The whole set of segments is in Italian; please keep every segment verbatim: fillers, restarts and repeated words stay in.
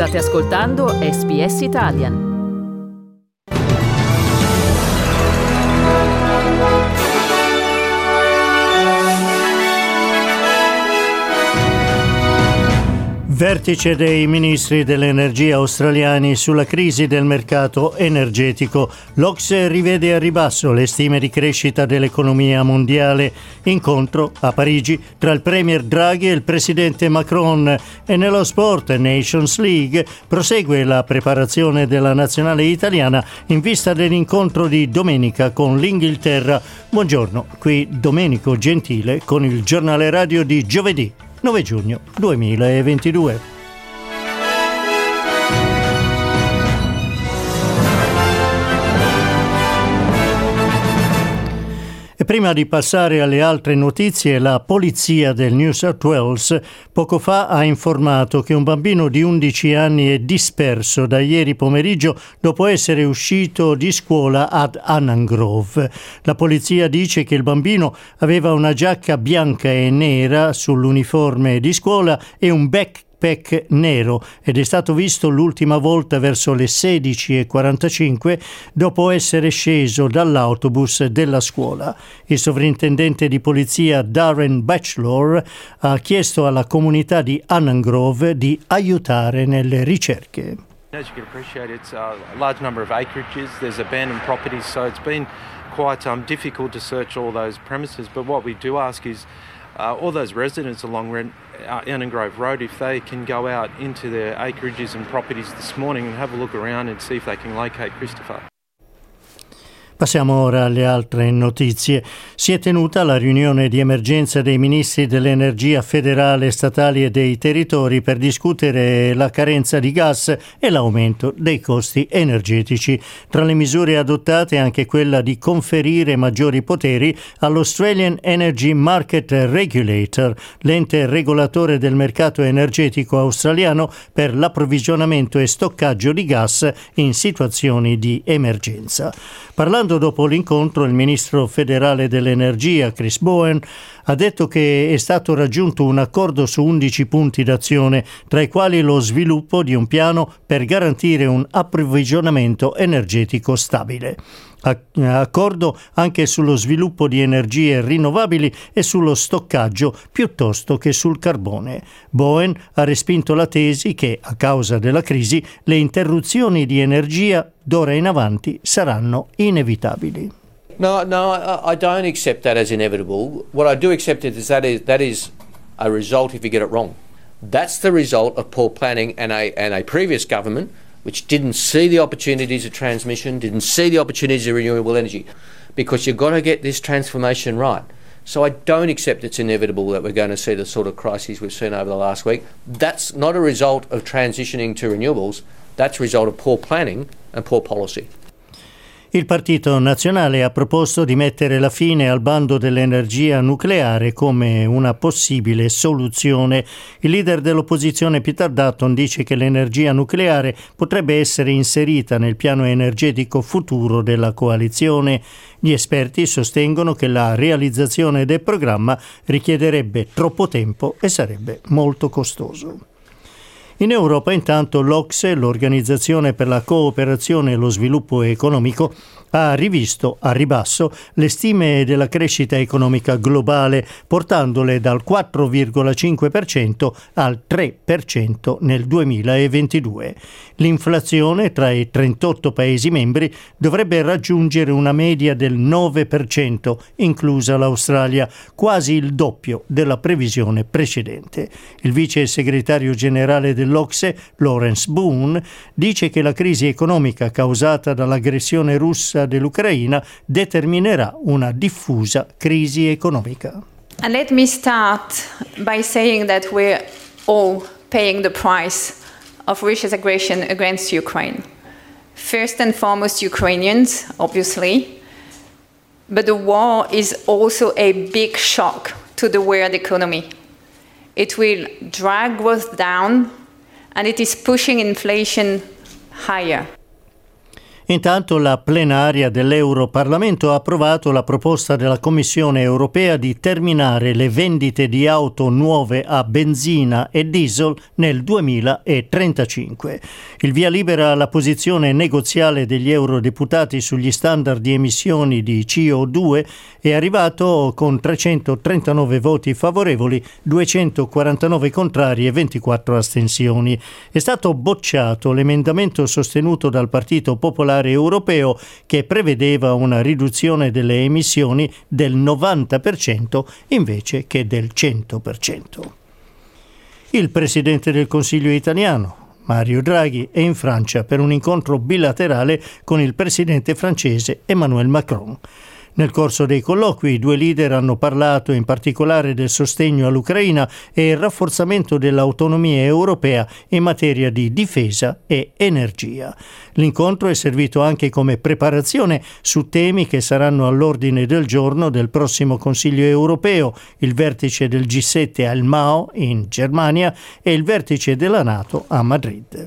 State ascoltando S B S Italian. Vertice dei ministri dell'energia australiani sulla crisi del mercato energetico. L'O C S E rivede a ribasso le stime di crescita dell'economia mondiale. Incontro a Parigi tra il premier Draghi e il presidente Macron. E nello sport Nations League prosegue la preparazione della nazionale italiana in vista dell'incontro di domenica con l'Inghilterra. Buongiorno, qui Domenico Gentile con il giornale radio di giovedì nove giugno duemilaventidue. E prima di passare alle altre notizie, la polizia del New South Wales poco fa ha informato che un bambino di undici anni è disperso da ieri pomeriggio dopo essere uscito di scuola ad Annan-Grove. La polizia dice che il bambino aveva una giacca bianca e nera sull'uniforme di scuola e un backpack nero ed è stato visto l'ultima volta verso le sedici e quarantacinque dopo essere sceso dall'autobus della scuola. Il sovrintendente di polizia Darren Batchelor ha chiesto alla comunità di Annan-Grove di aiutare nelle ricerche. As you can appreciate, it's a large number of acreages, there's abandoned properties, so it's been quite um, difficult to search all those premises, but what we do ask is Uh, all those residents along Ren- uh, Annan-Grove Road, if they can go out into their acreages and properties this morning and have a look around and see if they can locate Christopher. Passiamo ora alle altre notizie. Si è tenuta la riunione di emergenza dei ministri dell'energia federale, statali e dei territori per discutere la carenza di gas e l'aumento dei costi energetici. Tra le misure adottate anche quella di conferire maggiori poteri all'Australian Energy Market Regulator, l'ente regolatore del mercato energetico australiano per l'approvvigionamento e stoccaggio di gas in situazioni di emergenza. Parlando dopo l'incontro, il ministro federale dell'energia, Chris Bowen, ha detto che è stato raggiunto un accordo su undici punti d'azione, tra i quali lo sviluppo di un piano per garantire un approvvigionamento energetico stabile. Accordo anche sullo sviluppo di energie rinnovabili e sullo stoccaggio piuttosto che sul carbone. Bowen ha respinto la tesi che, a causa della crisi, le interruzioni di energia d'ora in avanti saranno inevitabili. No, no, I, I don't accept that as inevitable. What I do accept is that is that is a result if you get it wrong. That's the result of poor planning and a and a previous government which didn't see the opportunities of transmission, didn't see the opportunities of renewable energy, because you've got to get this transformation right. So I don't accept it's inevitable that we're going to see the sort of crises we've seen over the last week. That's not a result of transitioning to renewables, that's a result of poor planning and poor policy. Il Partito Nazionale ha proposto di mettere la fine al bando dell'energia nucleare come una possibile soluzione. Il leader dell'opposizione Peter Dutton dice che l'energia nucleare potrebbe essere inserita nel piano energetico futuro della coalizione. Gli esperti sostengono che la realizzazione del programma richiederebbe troppo tempo e sarebbe molto costoso. In Europa, intanto, l'O C S E, l'Organizzazione per la cooperazione e lo sviluppo economico, ha rivisto a ribasso le stime della crescita economica globale, portandole dal quattro virgola cinque per cento al tre per cento nel duemilaventidue. L'inflazione tra i trentotto Paesi membri dovrebbe raggiungere una media del nove per cento, inclusa l'Australia, quasi il doppio della previsione precedente. Il vice segretario generale dell'O C S E, Lawrence Boone, dice che la crisi economica causata dall'aggressione russa dell'Ucraina determinerà una diffusa crisi economica. And let me start by saying that we're all paying the price of Russia's aggression against Ukraine. First and foremost, Ukrainians, obviously, but the war is also a big shock to the world economy. It will drag growth down and it is pushing inflation higher. Intanto la plenaria dell'Europarlamento ha approvato la proposta della Commissione europea di terminare le vendite di auto nuove a benzina e diesel nel duemilatrentacinque. Il via libera alla posizione negoziale degli eurodeputati sugli standard di emissioni di C O due è arrivato con trecentotrentanove voti favorevoli, duecentoquarantanove contrari e ventiquattro astensioni. È stato bocciato l'emendamento sostenuto dal Partito Popolare Europeo che prevedeva una riduzione delle emissioni del novanta per cento invece che del cento per cento. Il Presidente del Consiglio italiano, Mario Draghi, è in Francia per un incontro bilaterale con il Presidente francese Emmanuel Macron. Nel corso dei colloqui i due leader hanno parlato in particolare del sostegno all'Ucraina e il rafforzamento dell'autonomia europea in materia di difesa e energia. L'incontro è servito anche come preparazione su temi che saranno all'ordine del giorno del prossimo Consiglio europeo, il vertice del G sette a El Mao in Germania e il vertice della NATO a Madrid.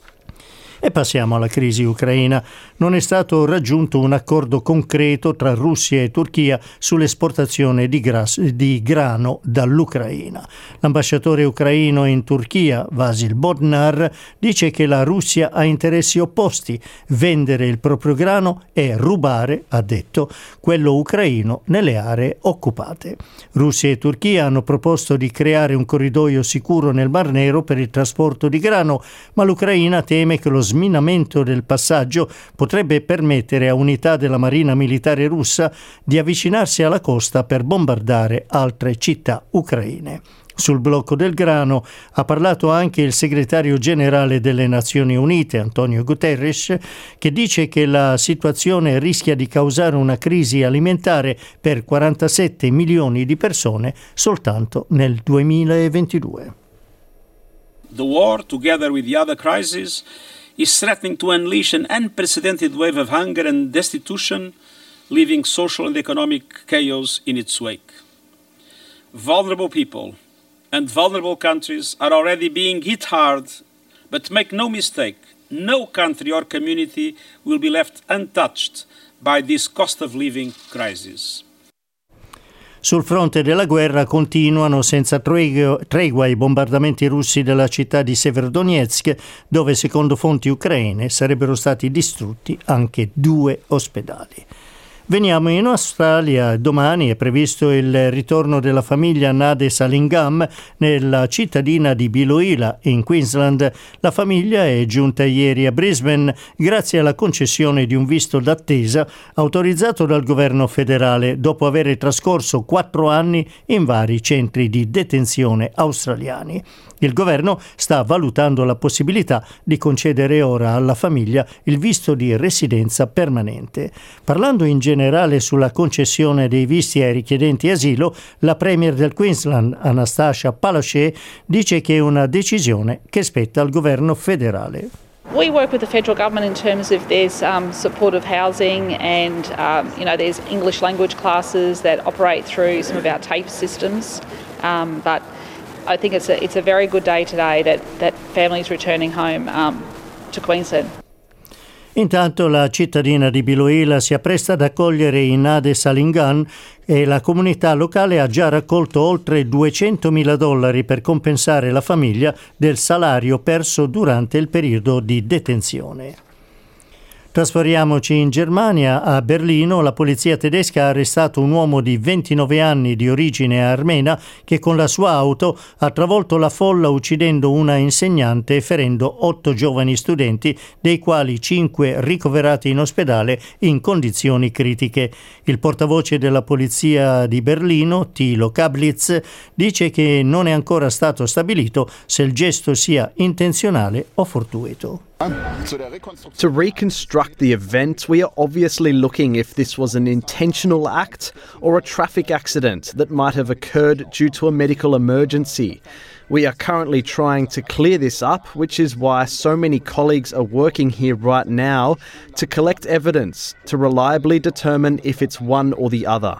E passiamo alla crisi ucraina. Non è stato raggiunto un accordo concreto tra Russia e Turchia sull'esportazione di, gras- di grano dall'Ucraina. L'ambasciatore ucraino in Turchia, Vasil Bodnar, dice che la Russia ha interessi opposti: vendere il proprio grano e rubare, ha detto, quello ucraino nelle aree occupate. Russia e Turchia hanno proposto di creare un corridoio sicuro nel Mar Nero per il trasporto di grano, ma l'Ucraina teme che lo sminamento del passaggio potrebbe permettere a unità della Marina militare russa di avvicinarsi alla costa per bombardare altre città ucraine. Sul blocco del grano ha parlato anche il segretario generale delle Nazioni Unite, Antonio Guterres, che dice che la situazione rischia di causare una crisi alimentare per quarantasette milioni di persone soltanto nel duemilaventidue. The war, together with the other crises, is threatening to unleash an unprecedented wave of hunger and destitution, leaving social and economic chaos in its wake. Vulnerable people and vulnerable countries are already being hit hard, but make no mistake, no country or community will be left untouched by this cost of living crisis. Sul fronte della guerra continuano senza tregua i bombardamenti russi della città di Severodonetsk, dove secondo fonti ucraine sarebbero stati distrutti anche due ospedali. Veniamo in Australia. Domani è previsto il ritorno della famiglia Nade Salingam nella cittadina di Biloela, in Queensland. La famiglia è giunta ieri a Brisbane grazie alla concessione di un visto d'attesa autorizzato dal governo federale dopo aver trascorso quattro anni in vari centri di detenzione australiani. Il governo sta valutando la possibilità di concedere ora alla famiglia il visto di residenza permanente. Parlando in generale sulla concessione dei visti ai richiedenti asilo, la premier del Queensland, Anastasia Palaszczuk, dice che è una decisione che spetta al governo federale. We work with the federal government in terms of there's um, supportive housing and um, you know there's English language classes that operate through some of our TAFE systems, um, but I think it's a, it's a very good day today that, that families returning home um, to Queensland. Intanto la cittadina di Biloela si appresta ad accogliere i Nade Salingam e la comunità locale ha già raccolto oltre duecentomila dollari per compensare la famiglia del salario perso durante il periodo di detenzione. Trasferiamoci in Germania. A Berlino la polizia tedesca ha arrestato un uomo di ventinove anni di origine armena che con la sua auto ha travolto la folla uccidendo una insegnante e ferendo otto giovani studenti, dei quali cinque ricoverati in ospedale in condizioni critiche. Il portavoce della polizia di Berlino, Thilo Kablitz, dice che non è ancora stato stabilito se il gesto sia intenzionale o fortuito. To reconstruct the event, we are obviously looking if this was an intentional act or a traffic accident that might have occurred due to a medical emergency. We are currently trying to clear this up, which is why so many colleagues are working here right now to collect evidence to reliably determine if it's one or the other.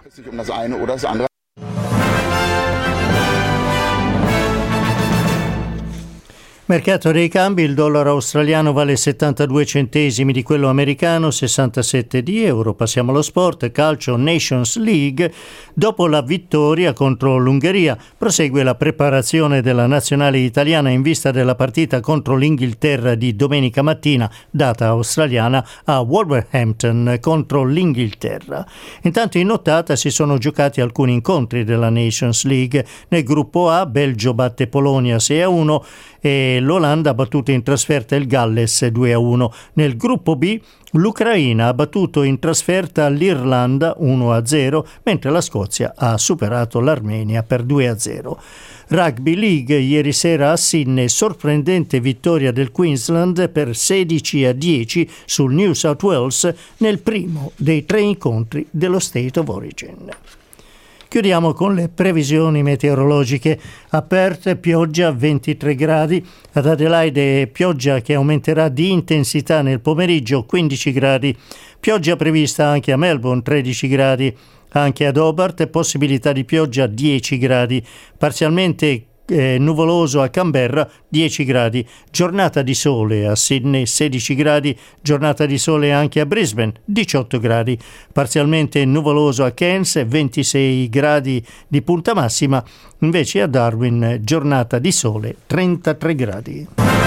Mercato dei cambi, il dollaro australiano vale settantadue centesimi di quello americano, sessantasette di euro. Passiamo allo sport, calcio Nations League. Dopo la vittoria contro l'Ungheria prosegue la preparazione della nazionale italiana in vista della partita contro l'Inghilterra di domenica mattina, data australiana, a Wolverhampton contro l'Inghilterra. Intanto in ottata si sono giocati alcuni incontri della Nations League. Nel gruppo A Belgio batte Polonia sei a uno e l'Olanda ha battuto in trasferta il Galles due a uno. Nel gruppo B l'Ucraina ha battuto in trasferta l'Irlanda uno a zero, mentre la Scozia ha superato l'Armenia per due a zero. Rugby League, ieri sera a Sydney, sorprendente vittoria del Queensland per sedici a dieci sul New South Wales nel primo dei tre incontri dello State of Origin. Chiudiamo con le previsioni meteorologiche. A Perth pioggia ventitré gradi, ad Adelaide pioggia che aumenterà di intensità nel pomeriggio quindici gradi, pioggia prevista anche a Melbourne tredici gradi, anche ad Hobart possibilità di pioggia dieci gradi, parzialmente eh, nuvoloso a Canberra dieci gradi, giornata di sole a Sydney sedici gradi, giornata di sole anche a Brisbane diciotto gradi, parzialmente nuvoloso a Cairns ventisei gradi di punta massima, invece a Darwin giornata di sole trentatré gradi.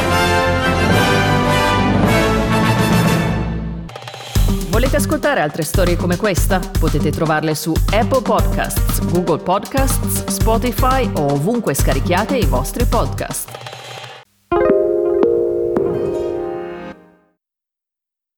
Volete ascoltare altre storie come questa? Potete trovarle su Apple Podcasts, Google Podcasts, Spotify o ovunque scarichiate i vostri podcast.